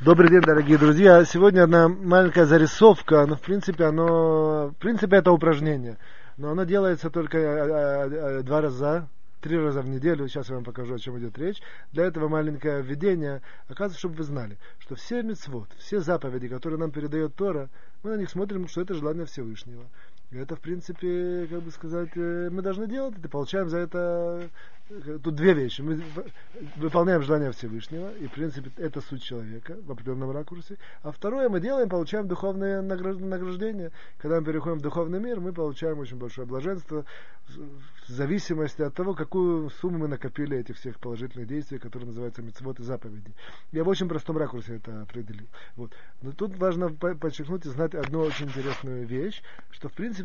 Добрый день, дорогие друзья. Сегодня одна маленькая зарисовка, но в принципе это упражнение. Но оно делается только 3 раза в неделю. Сейчас я вам покажу, о чем идет речь. Для этого маленькое введение. Оказывается, чтобы вы знали, что все мицвот, все заповеди, которые нам передает Тора, мы на них смотрим, что это желание Всевышнего. И это, в принципе, как бы сказать, мы должны делать это, получаем за это тут две вещи. Мы выполняем желание Всевышнего, и, в принципе, это суть человека в определенном ракурсе. А второе, мы делаем, получаем духовное награждение. Когда мы переходим в духовный мир, мы получаем очень большое блаженство в зависимости от того, какую сумму мы накопили этих всех положительных действий, которые называются мицвот и заповеди. Я в очень простом ракурсе это определил. Вот. Но тут важно подчеркнуть и знать одну очень интересную вещь, что, в принципе,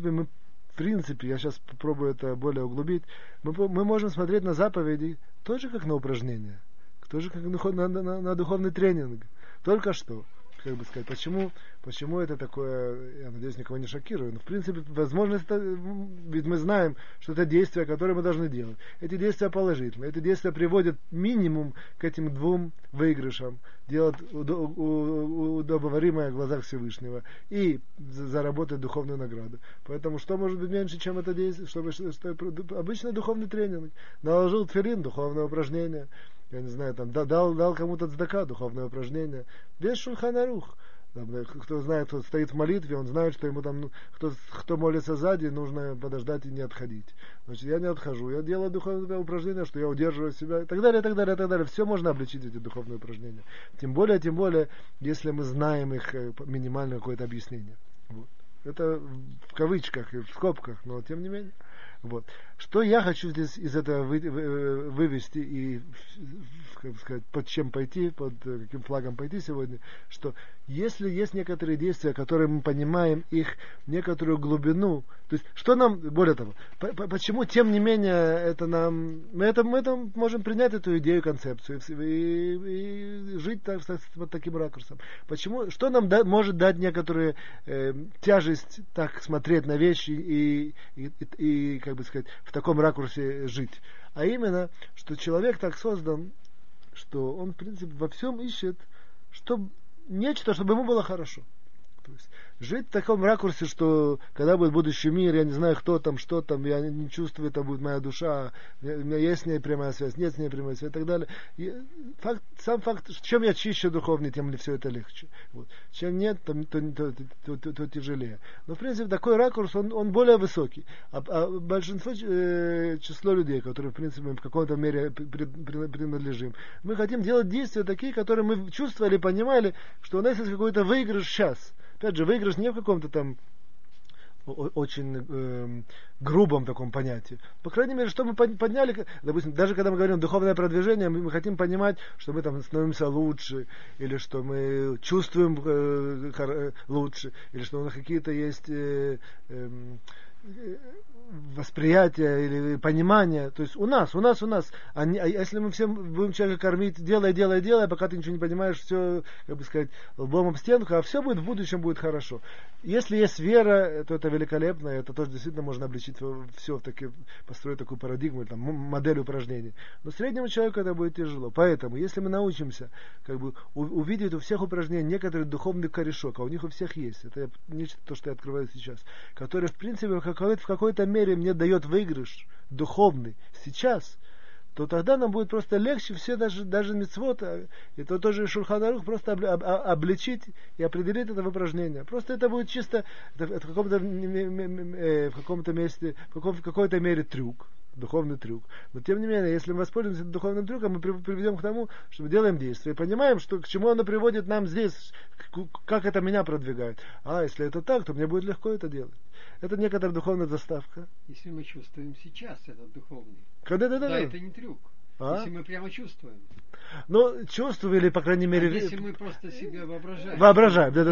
я сейчас попробую это более углубить, мы можем смотреть на заповеди тоже как на упражнение, тоже как на духовный тренинг. Только что, как бы сказать, почему это такое, я надеюсь, никого не шокирую, но в принципе, возможно, ведь мы знаем, что это действия, которые мы должны делать. Эти действия положительные, эти действия приводят минимум к этим двум выигрышам, делать удобоваримое в глазах Всевышнего и заработать духовную награду. Поэтому что может быть меньше, чем это действие? Обычно духовный тренинг. Наложил тфилин, духовное упражнение. Я не знаю, там дал кому-то цдака, духовное упражнение. Весь Шульхан Арух. Кто знает, кто стоит в молитве, он знает, что ему там, кто молится сзади, нужно подождать и не отходить. Значит, я не отхожу, я делаю духовное упражнение, что я удерживаю себя, и так далее, и так далее, и так далее. Все можно обличить, эти духовные упражнения. Тем более, если мы знаем их минимальное какое-то объяснение. Вот. Это в кавычках и в скобках, но тем не менее. Вот. Что я хочу здесь из этого вывести и, как сказать, под чем пойти, под каким флагом пойти сегодня, что если есть некоторые действия, которые мы понимаем их некоторую глубину, то есть, что нам, более того, почему, тем не менее, мы можем принять эту идею, концепцию и жить под таким ракурсом. Почему, что нам может дать некоторую тяжесть так смотреть на вещи и как бы сказать, в таком ракурсе жить. А именно, что человек так создан, что он, в принципе, во всем ищет нечто, чтобы ему было хорошо. То есть, жить в таком ракурсе, что когда будет будущий мир, я не знаю, кто там, что там, я не чувствую, это будет моя душа, у меня есть с ней прямая связь, нет с ней прямая связь и так далее. И сам факт, чем я чище духовный, тем все это легче. Вот. Чем нет, то тяжелее. Но, в принципе, такой ракурс, он более высокий. А большинство, число людей, которые, в принципе, в каком-то мере принадлежим, мы хотим делать действия такие, которые мы чувствовали, понимали, что у нас есть какой-то выигрыш сейчас. Опять же, выигрыш не в каком-то там очень грубом таком понятии. По крайней мере, что мы подняли, допустим, даже когда мы говорим духовное продвижение, мы хотим понимать, что мы там становимся лучше, или что мы чувствуем лучше, или что у нас какие-то есть восприятие или понимание, то есть у нас. А если мы всем будем человека кормить, делай, пока ты ничего не понимаешь, все, как бы сказать, лбом об стенку, а все будет в будущем будет хорошо. Если есть вера, то это великолепно, это тоже действительно можно обличить все построить такую парадигму, там, модель упражнений. Но среднему человеку это будет тяжело. Поэтому, если мы научимся как бы увидеть у всех упражнений некоторый духовный корешок, а у них у всех есть, это нечто, то, что я открываю сейчас, который, в принципе, в какой-то мере мне дает выигрыш духовный сейчас, то тогда нам будет просто легче все, даже мицвот, это тоже Шульхан Арух, просто обличить и определить это в упражнение. Просто это будет чисто в каком-то месте, в какой-то мере трюк, духовный трюк. Но тем не менее, если мы воспользуемся этим духовным трюком, мы приведем к тому, что мы делаем действие, и понимаем, к чему оно приводит нам здесь, как это меня продвигает. А если это так, то мне будет легко это делать. Это некоторая духовная заставка. Если мы чувствуем сейчас этот духовный. Да, это не трюк. Если мы прямо чувствуем. Ну, чувствую, или, по крайней мере... если мы просто себя воображаем. Воображаем, да,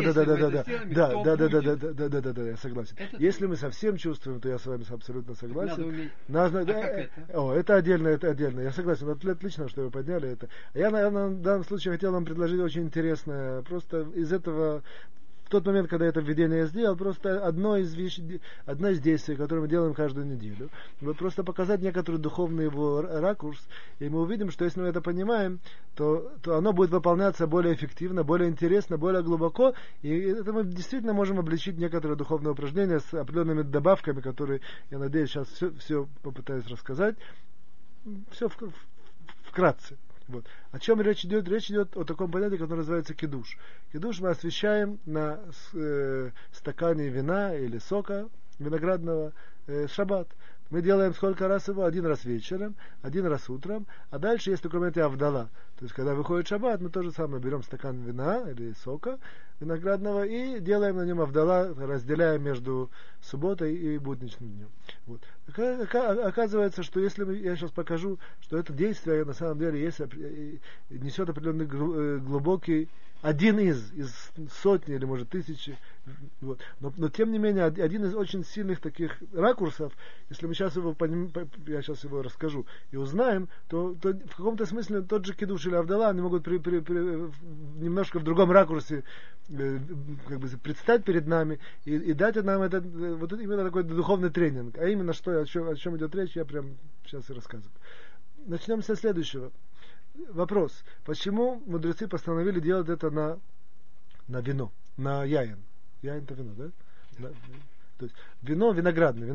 я согласен. Если мы совсем чувствуем, то я с вами абсолютно согласен. Надо уметь. Это отдельно. Я согласен. Отлично, что вы подняли это. Я, наверное, в данном случае хотел вам предложить очень интересное. Просто из этого в тот момент, когда это введение я сделал, просто одно из действий, которое мы делаем каждую неделю. Вот просто показать некоторый духовный его ракурс, и мы увидим, что если мы это понимаем, то оно будет выполняться более эффективно, более интересно, более глубоко, и это мы действительно можем обличить некоторые духовные упражнения с определенными добавками, которые, я надеюсь, сейчас все попытаюсь рассказать. Все вкратце. Вот. О чем речь идет? Речь идет о таком понятии, которое называется кидуш. Кидуш мы освещаем на стакане вина или сока виноградного шаббат. Мы делаем сколько раз его? Один раз вечером, один раз утром, а дальше есть только момент авдала. То есть, когда выходит шаббат, мы тоже самое берем стакан вина или сока виноградного и делаем на нем авдала, разделяем между субботой и будничным днем. Вот. Оказывается, что если я сейчас покажу, что это действие на самом деле несет определенный глубокий, один из сотни или может тысячи, вот. Но тем не менее один из очень сильных таких ракурсов, если мы сейчас я сейчас его расскажу и узнаем, то в каком-то смысле тот же кидуш или авдала они могут немножко в другом ракурсе как бы предстать перед нами и дать нам вот именно такой духовный тренинг. А именно о чем идет речь, я прям сейчас и рассказываю. Начнем со следующего. Вопрос. Почему мудрецы постановили делать это на вино, на яин? Яин это вино, да? То есть вино виноградное.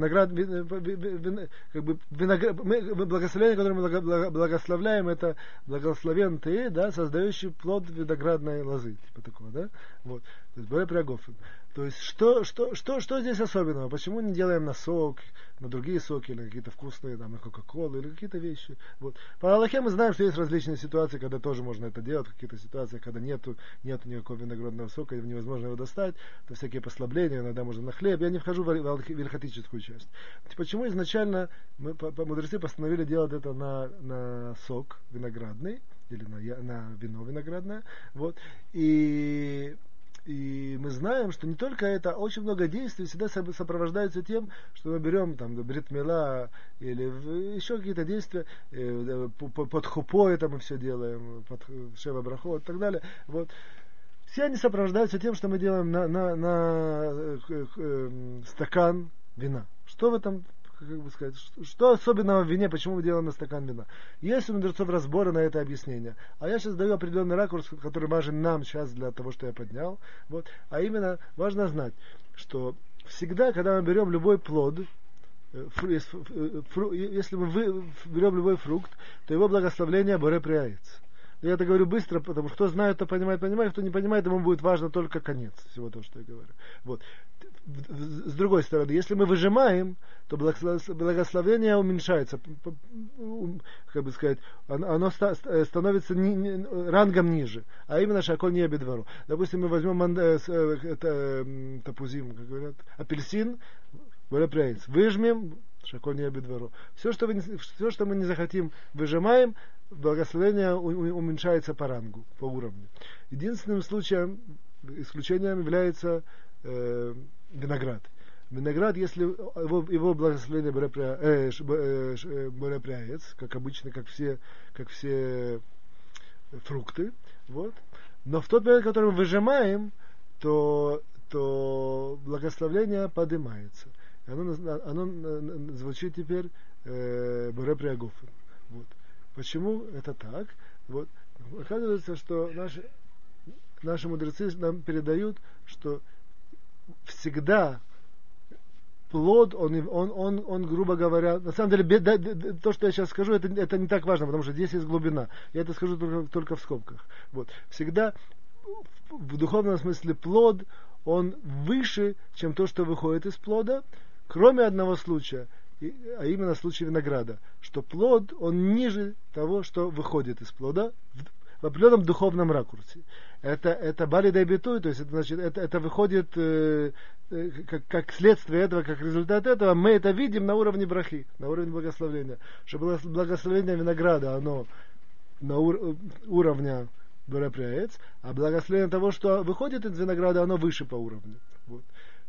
Мы благословение, которое мы благословляем, это благословен ты, да, создающий плод виноградной лозы. Типа такого, да? Вот. То есть Боре Приагофен. То есть что здесь особенного? Почему не делаем на сок, на другие соки, или какие-то вкусные, там, на Кока-Колу, или какие-то вещи? Вот. По Аллахе мы знаем, что есть различные ситуации, когда тоже можно это делать, какие-то ситуации, когда нету никакого виноградного сока, и невозможно его достать, то всякие послабления, иногда можно на хлеб. Я не вхожу в ильхатическую часть. Почему изначально мудрецы постановили делать это на сок виноградный, или на вино виноградное, вот, и мы знаем, что не только это, очень много действий всегда сопровождаются тем, что мы берем там брит мила или еще какие-то действия, под хупой это мы все делаем, под шева брахот и так далее. Вот. Все они сопровождаются тем, что мы делаем на стакан вина. Что в этом, как бы сказать, что особенного в вине, почему мы делаем на стакан вина? Есть у мудрецов разборы на это объяснение. А я сейчас даю определенный ракурс, который важен нам сейчас для того, что я поднял. Вот. А именно, важно знать, что всегда, когда мы берем любой плод, если мы берем любой фрукт, то его благословление Боре Приаец. Я это говорю быстро, потому что кто знает, то понимает, кто не понимает, ему будет важно только конец всего того, что я говорю. Вот. С другой стороны, если мы выжимаем, то благословение уменьшается, как бы сказать, оно становится рангом ниже, а именно шаколь не бедвору. Допустим, мы возьмем тапузим, как говорят, апельсин, выжмем, шаколь не бедвору. Все, что мы не захотим, выжимаем, благословение уменьшается по рангу, по уровню. Единственным исключением является виноград. Виноград, если его благословение Боре Приаец, как обычно, как все фрукты, вот. Но в тот момент, который мы выжимаем, то благословение поднимается. Оно звучит теперь Боре Приагофен. Вот. Почему это так? Вот. Оказывается, что наши мудрецы нам передают, что всегда плод, он, грубо говоря, на самом деле, то, что я сейчас скажу, это не так важно, потому что здесь есть глубина. Я это скажу только в скобках. Вот. Всегда в духовном смысле плод, он выше, чем то, что выходит из плода, кроме одного случая, а именно случай винограда, что плод, он ниже того, что выходит из плода в определенном духовном ракурсе. Это бали дай битуй, то есть это выходит как следствие этого, как результат этого, мы это видим на уровне брахи, на уровне благословения. Что благословение винограда, оно на уровне Боре Приаец, а благословение того, что выходит из винограда, оно выше по уровню. Вот.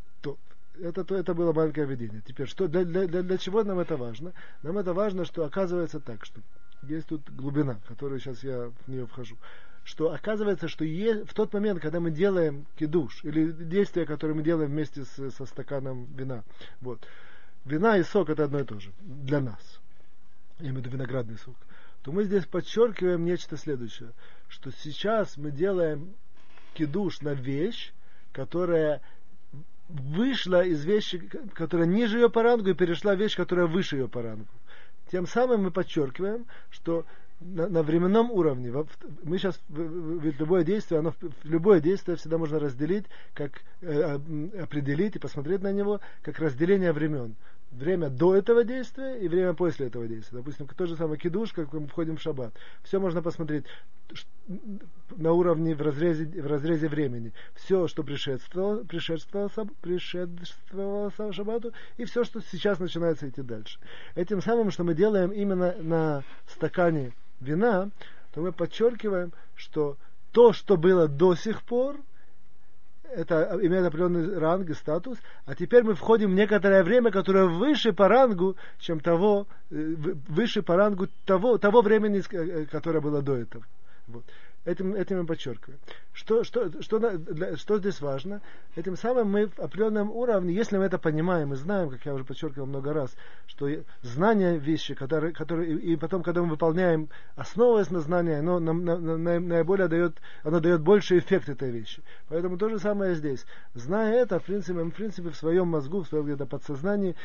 Это было маленькое введение. Теперь, для чего нам это важно? Нам это важно, что оказывается так, что есть тут глубина, которую сейчас я в нее вхожу. что оказывается, что в тот момент, когда мы делаем кидуш, или действия, которые мы делаем вместе со стаканом вина, вот, вина и сок это одно и то же для нас, я имею в виду виноградный сок, то мы здесь подчеркиваем нечто следующее, что сейчас мы делаем кидуш на вещь, которая вышла из вещи, которая ниже ее по рангу, и перешла в вещь, которая выше ее по рангу. Тем самым мы подчеркиваем, что на временном уровне, мы сейчас, ведь любое действие всегда можно разделить, как определить и посмотреть на него, как разделение времен. Время до этого действия и время после этого действия. Допустим, то же самое кидуш, как мы входим в шаббат. Все можно посмотреть на уровне в разрезе времени. Все, что предшествовало шаббату, и все, что сейчас начинается идти дальше. Этим самым, что мы делаем именно на стакане вина, то мы подчеркиваем, что то, что было до сих пор, это имеет определенный ранг и статус, а теперь мы входим в некоторое время, которое выше по рангу, чем выше по рангу того времени, которое было до этого. Вот. Этим мы подчеркиваем. Что здесь важно? Этим самым мы в определенном уровне, если мы это понимаем и знаем, как я уже подчеркивал много раз, что знание вещи, которые и потом, когда мы выполняем, основываясь на знании, оно наиболее дает больший эффект этой вещи. Поэтому то же самое здесь. Зная это, в принципе в своем мозгу, в своем где-то подсознании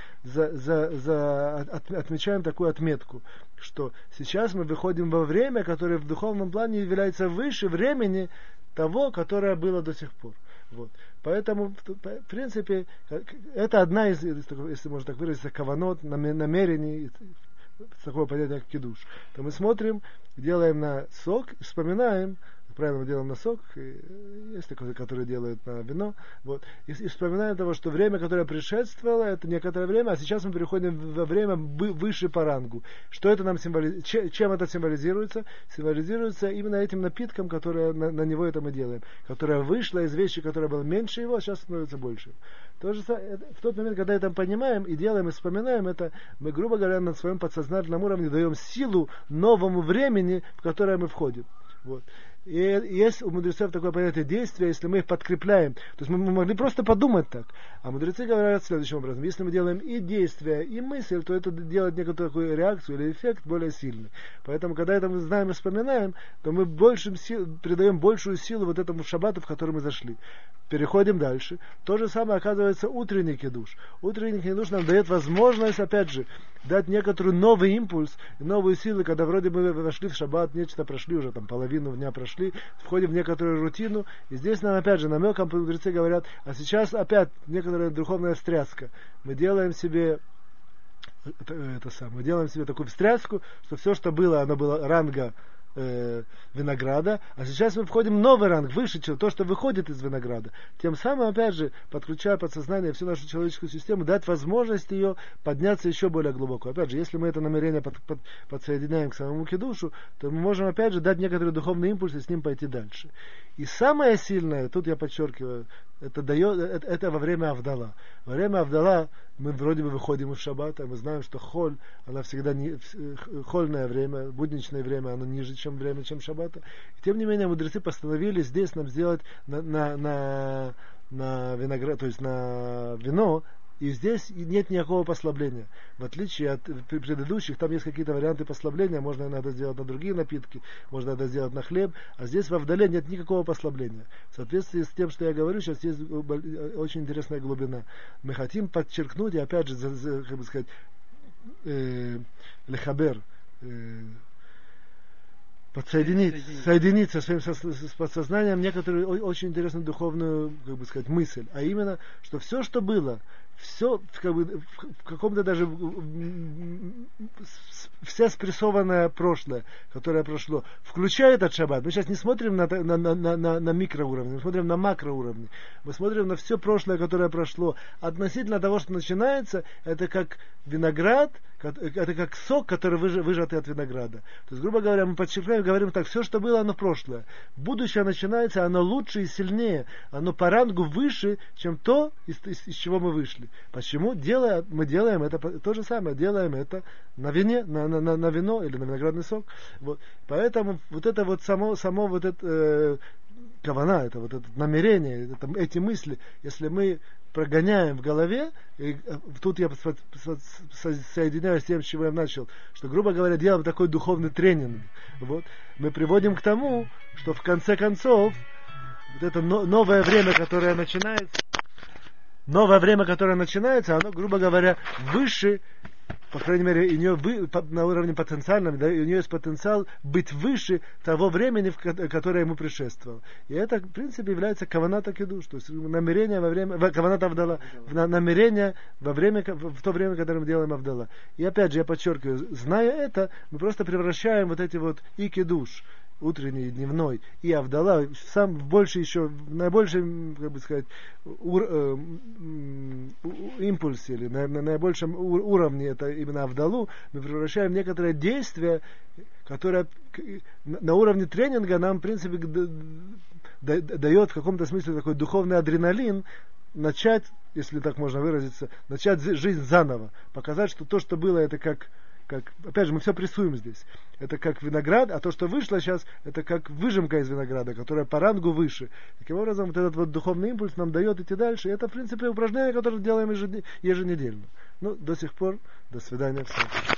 отмечаем такую отметку, что сейчас мы выходим во время, которое в духовном плане является выше времени того, которое было до сих пор. Вот. Поэтому, в принципе, это одна из, если можно так выразиться, каванот, намерений, такого понятия, как кидуш. То мы смотрим, делаем на сок, вспоминаем, правильно мы делаем на сок, есть такие, которые делают на вино, вот, и вспоминаем того, что время, которое предшествовало, это некоторое время, а сейчас мы переходим во время выше по рангу. Что это нам символизирует? Чем это символизируется? Символизируется именно этим напитком, которое на него это мы делаем, которое вышло из вещи, которая была меньше его, а сейчас становится больше. То же самое, в тот момент, когда это понимаем и делаем, и вспоминаем это, мы, грубо говоря, на своем подсознательном уровне даем силу новому времени, в которое мы входим. Вот. И есть у мудрецов такое понятие действия, если мы их подкрепляем. То есть мы могли просто подумать так. А мудрецы говорят следующим образом. Если мы делаем и действие, и мысль, то это делает некоторую такую реакцию или эффект более сильный. Поэтому, когда это мы знаем и вспоминаем, то мы придаем большую силу вот этому шаббату, в который мы зашли. Переходим дальше. То же самое оказывается утренний кидуш. Утренний кидуш нам дает возможность, опять же, дать некоторый новый импульс, новую силу, когда вроде мы вошли в шаббат, нечто прошли, уже там половину дня прошли, входим в некоторую рутину, и здесь нам опять же намеком мудрецы говорят, а сейчас опять некоторая духовная встряска. Мы делаем себе мы делаем себе такую встряску, что все, что было, оно было ранга винограда, а сейчас мы входим в новый ранг, выше, чем то, что выходит из винограда. Тем самым, опять же, подключая подсознание всю нашу человеческую систему, дать возможность ее подняться еще более глубоко. Опять же, если мы это намерение подсоединяем к самому кидушу, то мы можем, опять же, дать некоторый духовный импульс и с ним пойти дальше. И самое сильное, тут я подчеркиваю, это во время Авдала. Во время Авдала мы вроде бы выходим из шаббата, мы знаем, что холь, она всегда хольное время, будничное время, оно ниже, чем время, чем шаббата. И тем не менее, мудрецы постановили здесь нам сделать на виноград, то есть на вино, и здесь нет никакого послабления. В отличие от предыдущих, там есть какие-то варианты послабления, можно иногда сделать на другие напитки, можно иногда сделать на хлеб, а здесь во вдале нет никакого послабления. В соответствии с тем, что я говорю, сейчас есть очень интересная глубина. Мы хотим подчеркнуть, и опять же, как бы сказать, лехабер, соединиться своим с подсознанием некоторую очень интересную духовную, как бы сказать, мысль, а именно, что все, что было, все, как бы, в каком-то даже вся спрессованное прошлое, которое прошло, включая этот шаббат. Мы сейчас не смотрим на микроуровне, мы смотрим на макроуровне. Мы смотрим на все прошлое, которое прошло. Относительно того, что начинается, это как виноград, это как сок, который выжатый от винограда. То есть, грубо говоря, мы подчеркиваем, говорим так, все, что было, оно прошлое. Будущее начинается, оно лучше и сильнее, оно по рангу выше, чем то, из чего мы вышли. принципе. Почему? Мы делаем это, то же самое, делаем это на вине, на вино или на виноградный сок. Вот. Поэтому вот это вот само вот это кавана, это вот это намерение, эти мысли, если мы прогоняем в голове, и тут я соединяюсь с тем, с чего я начал, что, грубо говоря, делаем такой духовный тренинг. Вот. Мы приводим к тому, что в конце концов вот это новое время, которое начинается, оно, грубо говоря, выше, по крайней мере, у нее на уровне потенциальном, да, у нее есть потенциал быть выше того времени, которое ему предшествовало. И это, в принципе, является каваната кидуш, то есть намерение во время, каваната авдала, намерение в то время, когда мы делаем авдала. И опять же, я подчеркиваю, зная это, мы просто превращаем вот эти вот и кидуш, утренний и дневной, и авдала, сам в больше еще, в наибольшем, как бы сказать, импульсе, или на наибольшем уровне, это именно авдалу, мы превращаем в некоторые действия, которые на уровне тренинга нам, в принципе, дает в каком-то смысле такой духовный адреналин, начать, если так можно выразиться, начать жизнь заново, показать, что то, что было, это как опять же, мы все прессуем здесь. Это как виноград, а то, что вышло сейчас, это как выжимка из винограда, которая по рангу выше. Таким образом, вот этот вот духовный импульс нам дает идти дальше. И это, в принципе, упражнение, которое делаем еженедельно. Ну, до сих пор, до свидания всем.